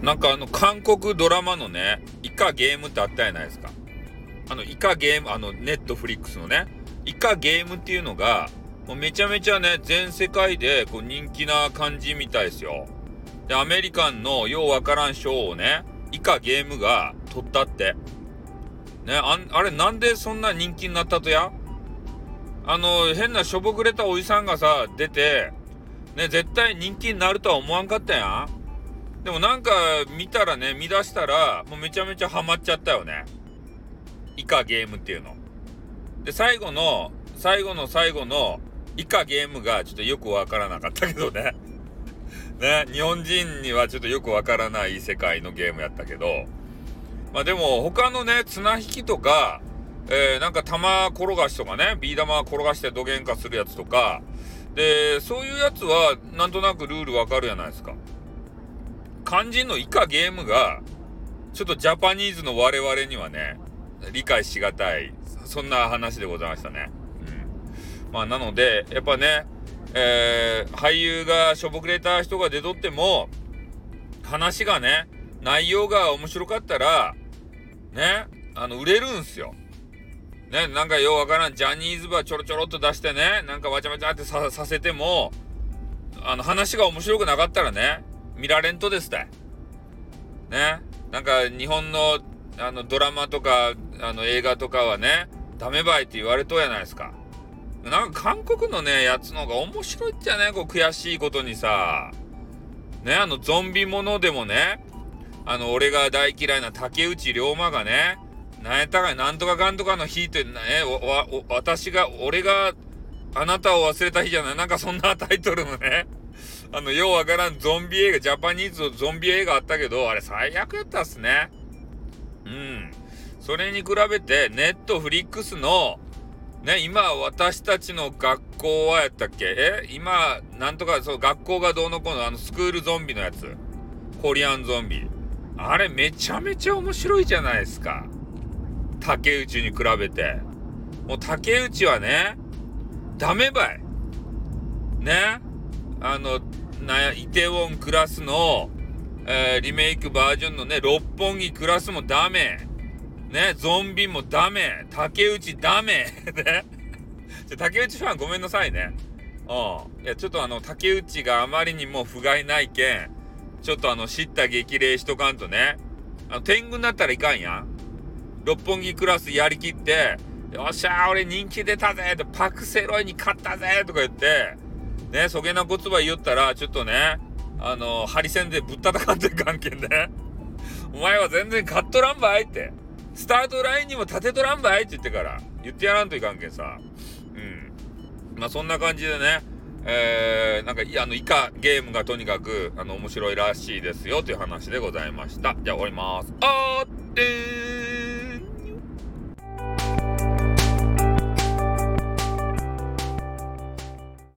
なんか韓国ドラマのね、イカゲームってあったじゃないですか。イカゲーム、ネットフリックスのね、イカゲームっていうのが、もうめちゃめちゃね、全世界でこう人気な感じみたいですよ。で、アメリカンのようわからん賞をね、イカゲームが取ったって。ね、あれなんでそんな人気になったとや？変なしょぼくれたおじさんがさ、出て、ね、絶対人気になるとは思わんかったやん。でもなんか見たらね、見出したら、もうめちゃめちゃハマっちゃったよね。イカゲームっていうの。で、最後のイカゲームがちょっとよくわからなかったけどね。ね、日本人にはちょっとよくわからない世界のゲームやったけど、まあでも他のね、綱引きとか、なんか玉転がしとかね、ビー玉転がして土幻化するやつとか、で、そういうやつはなんとなくルールわかるじゃないですか。肝心のイカゲームが、ちょっとジャパニーズの我々にはね、理解しがたい、そんな話でございましたね。まあなので、やっぱね、俳優がしょぼくれた人が出とっても、話がね、内容が面白かったら、ね、売れるんすよ。ね、なんかようわからんジャニーズバーちょろちょろっと出してね、なんかわちゃわちゃってさせても、話が面白くなかったらね、見られんとですたい。ね、なんか日本のドラマとか映画とかはね、ダメばいって言われとうやないですか。なんか韓国のね、やつの方が面白いっちゃね、こう悔しいことにさ、ね、ゾンビものでもね、俺が大嫌いな竹内涼真がね、なんとかかんとかの日ってね、俺があなたを忘れた日じゃない、なんかそんなタイトルのね、ようわからんゾンビ映画、ジャパニーズのゾンビ映画あったけど、あれ最悪やったっすね。それに比べて、ネットフリックスの、ね、今、私たちの学校はやったっけ？今、なんとか、そう、学校がどうのこうの、スクールゾンビのやつ。コリアンゾンビ。あれ、めちゃめちゃ面白いじゃないですか。竹内に比べて。もう竹内はね、ダメばい。ね。イテウォンクラスの、リメイクバージョンのね、六本木クラスもダメ。ね、ゾンビもダメ。竹内ダメ。ね。竹内ファンごめんなさいね。いや、ちょっと竹内があまりにも不甲斐ないけん、ちょっと叱咤激励しとかんとね。天狗になったらいかんやん。六本木クラスやりきって、よっしゃー俺人気出たぜって、パクセロイに勝ったぜとか言って、ね、そげな言葉言おったら、ちょっとね、ハリセンでぶったたかんといかんけんね。お前は全然勝っとらんばいって。スタートラインにも立てとらんばいって言ってから、言ってやらんといかんけんさ。まあそんな感じでね、なんかイカゲームがとにかく面白いらしいですよという話でございました。じゃあ終わります。あーってー。